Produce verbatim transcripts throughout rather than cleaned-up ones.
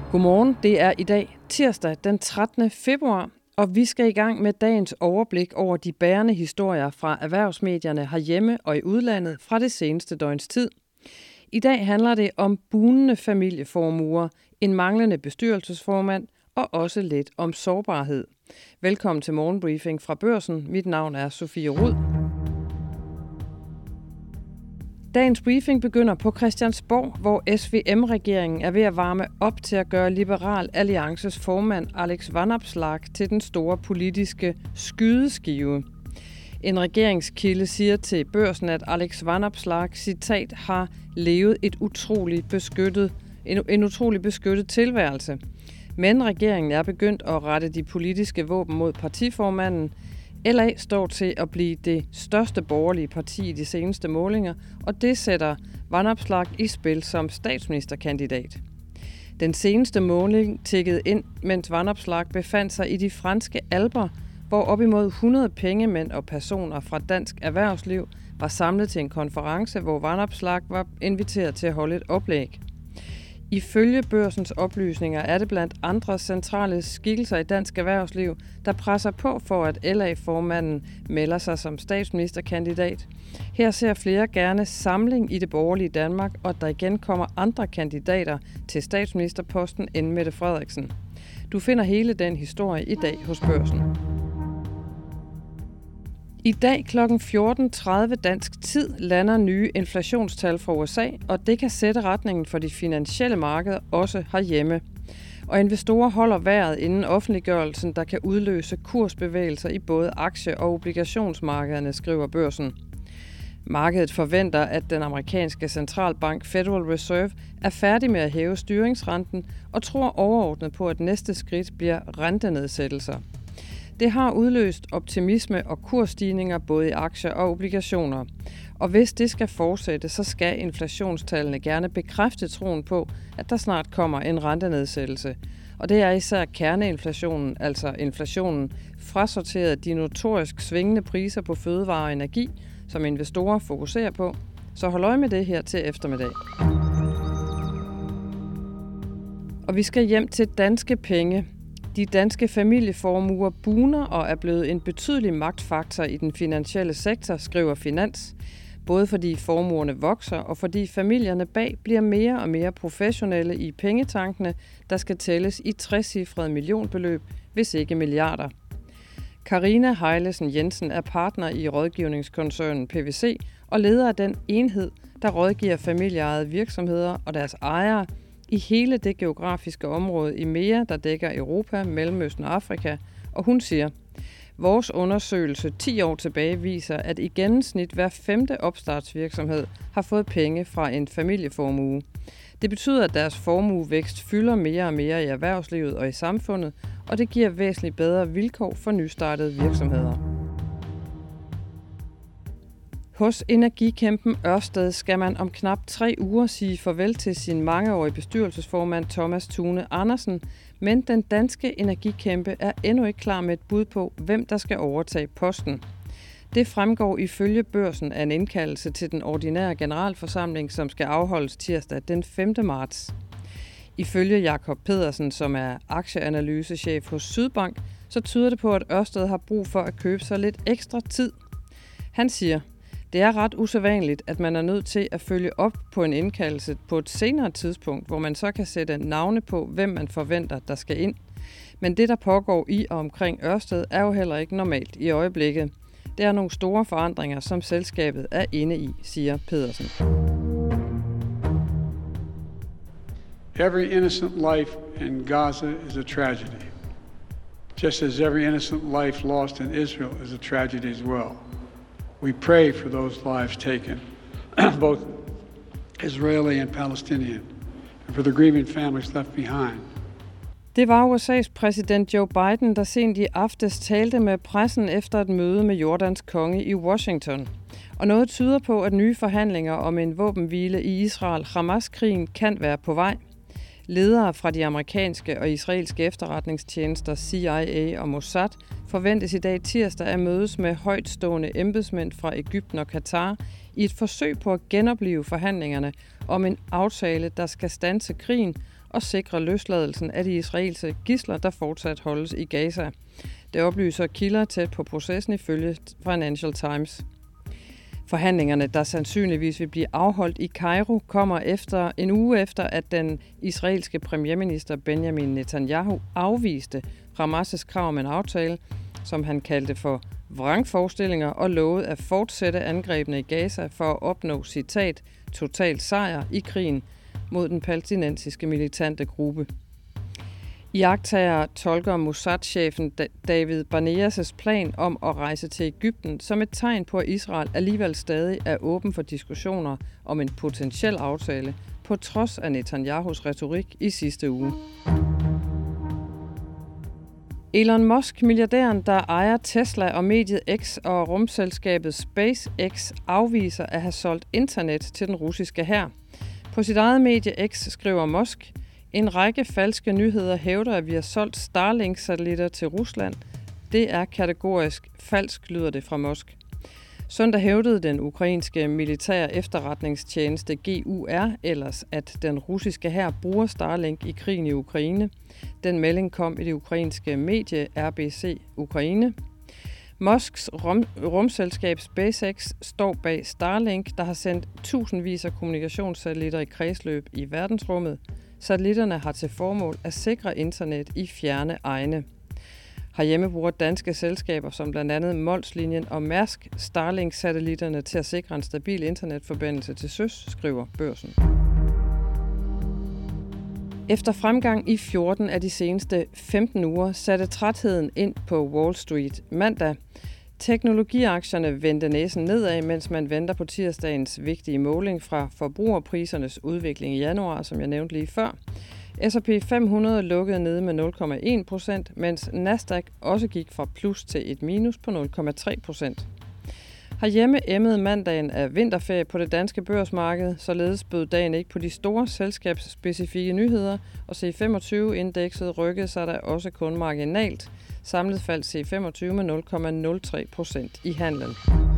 Godmorgen, det er i dag tirsdag den trettende februar, og vi skal i gang med dagens overblik over de bærende historier fra erhvervsmedierne herhjemme og i udlandet fra det seneste døgns tid. I dag handler det om bugnende familieformuer, en manglende bestyrelsesformand og også lidt om sårbarhed. Velkommen til morgenbriefing fra Børsen. Mit navn er Sofie Rud. Dagens briefing begynder på Christiansborg, hvor S V M-regeringen er ved at varme op til at gøre Liberal Alliances formand Alex Vanopslagh til den store politiske skydeskive. En regeringskilde siger til Børsen, at Alex Vanopslagh, citat, har levet et utroligt beskyttet, en, en utrolig beskyttet tilværelse. Men regeringen er begyndt at rette de politiske våben mod partiformanden. L A står til at blive det største borgerlige parti i de seneste målinger, og det sætter Vanopslagh i spil som statsministerkandidat. Den seneste måling tikkede ind, mens Vanopslagh befandt sig i de franske Alper, hvor op imod hundrede pengemænd og personer fra dansk erhvervsliv var samlet til en konference, hvor Vanopslagh var inviteret til at holde et oplæg. Ifølge Børsens oplysninger er det blandt andre centrale skikkelser i dansk erhvervsliv, der presser på for, at L A-formanden melder sig som statsministerkandidat. Her ser flere gerne samling i det borgerlige Danmark, og at der igen kommer andre kandidater til statsministerposten end Mette Frederiksen. Du finder hele den historie i dag hos Børsen. I dag klokken fjorten tredive dansk tid lander nye inflationstal fra U S A, og det kan sætte retningen for de finansielle markeder også herhjemme. Og investorer holder vejret inden offentliggørelsen, der kan udløse kursbevægelser i både aktie- og obligationsmarkederne, skriver Børsen. Markedet forventer, at den amerikanske centralbank Federal Reserve er færdig med at hæve styringsrenten og tror overordnet på, at næste skridt bliver rentenedsættelser. Det har udløst optimisme og kursstigninger både i aktier og obligationer. Og hvis det skal fortsætte, så skal inflationstallene gerne bekræfte troen på, at der snart kommer en rentenedsættelse. Og det er især kerneinflationen, altså inflationen, frasorteret de notorisk svingende priser på fødevarer og energi, som investorer fokuserer på. Så hold øje med det her til eftermiddag. Og vi skal hjem til danske penge. De danske familieformuer bugner og er blevet en betydelig magtfaktor i den finansielle sektor, skriver Finans. Både fordi formuerne vokser, og fordi familierne bag bliver mere og mere professionelle i pengetankene, der skal tælles i trecifrede millionbeløb, hvis ikke milliarder. Karina Heilesen Jensen er partner i rådgivningskoncernen P V C og leder af den enhed, der rådgiver familieejede virksomheder og deres ejere i hele det geografiske område i M E A, der dækker Europa, Mellemøsten og Afrika, og hun siger, vores undersøgelse ti år tilbage viser, at i gennemsnit hver femte opstartsvirksomhed har fået penge fra en familieformue. Det betyder, at deres formuevækst fylder mere og mere i erhvervslivet og i samfundet, og det giver væsentligt bedre vilkår for nystartede virksomheder. Hos energikæmpen Ørsted skal man om knap tre uger sige farvel til sin mangeårige bestyrelsesformand Thomas Thune Andersen, men den danske energikæmpe er endnu ikke klar med et bud på, hvem der skal overtage posten. Det fremgår ifølge Børsen af en indkaldelse til den ordinære generalforsamling, som skal afholdes tirsdag den femte marts. Ifølge Jakob Pedersen, som er aktieanalysechef hos Sydbank, så tyder det på, at Ørsted har brug for at købe sig lidt ekstra tid. Han siger, det er ret usædvanligt, at man er nødt til at følge op på en indkaldelse på et senere tidspunkt, hvor man så kan sætte navne på, hvem man forventer, der skal ind. Men det, der pågår i og omkring Ørsted, er jo heller ikke normalt i øjeblikket. Det er nogle store forandringer, som selskabet er inde i, siger Pedersen. Every innocent life in Gaza is a tragedy. Just as every innocent life lost in Israel is a tragedy as well. We pray for those lives taken, both Israeli and Palestinian, and for the grieving families left behind. Det var U S A's præsident Joe Biden, der sent i aftes talte med pressen efter et møde med Jordans konge i Washington. Og noget tyder på, at nye forhandlinger om en våbenhvile i Israel-Hamas-krigen kan være på vej. Ledere fra de amerikanske og israelske efterretningstjenester C I A og Mossad forventes i dag tirsdag at mødes med højtstående embedsmænd fra Egypten og Katar i et forsøg på at genopleve forhandlingerne om en aftale, der skal standse krigen og sikre løsladelsen af de israelske gidsler, der fortsat holdes i Gaza. Det oplyser kilder tæt på processen ifølge Financial Times. Forhandlingerne, der sandsynligvis vil blive afholdt i Kairo, kommer efter en uge efter, at den israelske premierminister Benjamin Netanyahu afviste Hamas' krav om en aftale, som han kaldte for vrangforestillinger, og lovede at fortsætte angrebene i Gaza for at opnå, citat, total sejr i krigen mod den palæstinensiske militante gruppe. Iagttager tolker Mossad-chefen David Barneas' plan om at rejse til Egypten som et tegn på, at Israel alligevel stadig er åben for diskussioner om en potentiel aftale, på trods af Netanyahus retorik i sidste uge. Elon Musk, milliardæren, der ejer Tesla og mediet X og rumselskabet SpaceX, afviser at have solgt internet til den russiske hær. På sit eget medie X skriver Musk: en række falske nyheder hævder, at vi har solgt Starlink-satellitter til Rusland. Det er kategorisk falsk, lyder det fra Musk. Søndag hævdede den ukrainske militære efterretningstjeneste G U R ellers, at den russiske hær bruger Starlink i krigen i Ukraine. Den melding kom i det ukrainske medie R B C Ukraine. Musks rum, rumselskab SpaceX står bag Starlink, der har sendt tusindvis af kommunikationssatellitter i kredsløb i verdensrummet. Satellitterne har til formål at sikre internet i fjerne egne. Herhjemme bruger danske selskaber som blandt andet Molslinjen og Mærsk Starlink-satellitterne til at sikre en stabil internetforbindelse til søs, skriver Børsen. Efter fremgang i fjorten af de seneste femten uger satte trætheden ind på Wall Street mandag. Teknologiaktierne vendte næsen nedad, mens man venter på tirsdagens vigtige måling fra forbrugerprisernes udvikling i januar, som jeg nævnte lige før. S og P fem hundrede lukkede nede med nul komma en procent, mens Nasdaq også gik fra plus til et minus på nul komma tre procent. Herhjemme emmede mandagen af vinterferie på det danske børsmarked, således bød dagen ikke på de store selskabsspecifikke nyheder, og C femogtyve-indekset rykkede sig der også kun marginalt. Samlet faldt C femogtyve med nul komma nul tre procent i handlen.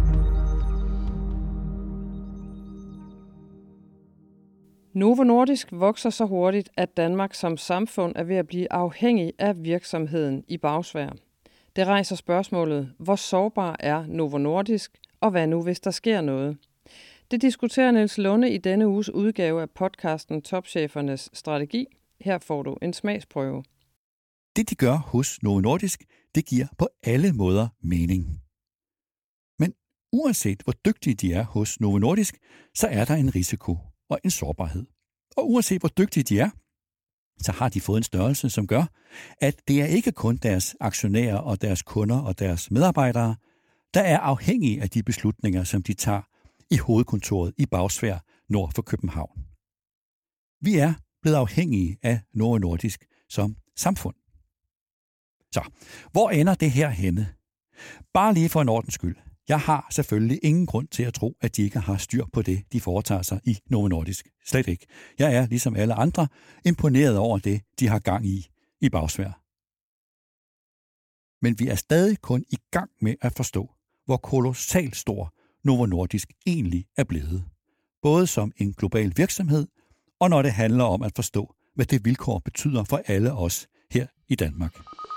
Novo Nordisk vokser så hurtigt, at Danmark som samfund er ved at blive afhængig af virksomheden i Bagsværd. Det rejser spørgsmålet, hvor sårbar er Novo Nordisk, og hvad nu, hvis der sker noget? Det diskuterer Niels Lunde i denne uges udgave af podcasten Topchefernes Strategi. Her får du en smagsprøve. Det, de gør hos Novo Nordisk, det giver på alle måder mening. Men uanset hvor dygtige de er hos Novo Nordisk, så er der en risiko og en sårbarhed. Og uanset hvor dygtige de er, så har de fået en størrelse, som gør, at det er ikke kun deres aktionærer og deres kunder og deres medarbejdere, der er afhængige af de beslutninger, som de tager i hovedkontoret i Bagsværd nord for København. Vi er blevet afhængige af Novo Nordisk som samfund. Så, hvor ender det her henne? Bare lige for en ordens skyld. Jeg har selvfølgelig ingen grund til at tro, at de ikke har styr på det, de foretager sig i Novo Nordisk. Slet ikke. Jeg er, ligesom alle andre, imponeret over det, de har gang i i Bagsværd. Men vi er stadig kun i gang med at forstå, hvor kolossalt stor Novo Nordisk egentlig er blevet. Både som en global virksomhed, og når det handler om at forstå, hvad det vilkår betyder for alle os her i Danmark.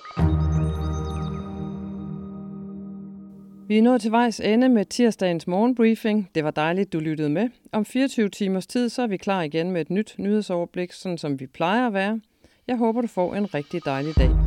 Vi er nået til vejs ende med tirsdagens morgenbriefing. Det var dejligt, du lyttede med. Om fireogtyve timers tid, så er vi klar igen med et nyt nyhedsoverblik, sådan som vi plejer at være. Jeg håber, du får en rigtig dejlig dag.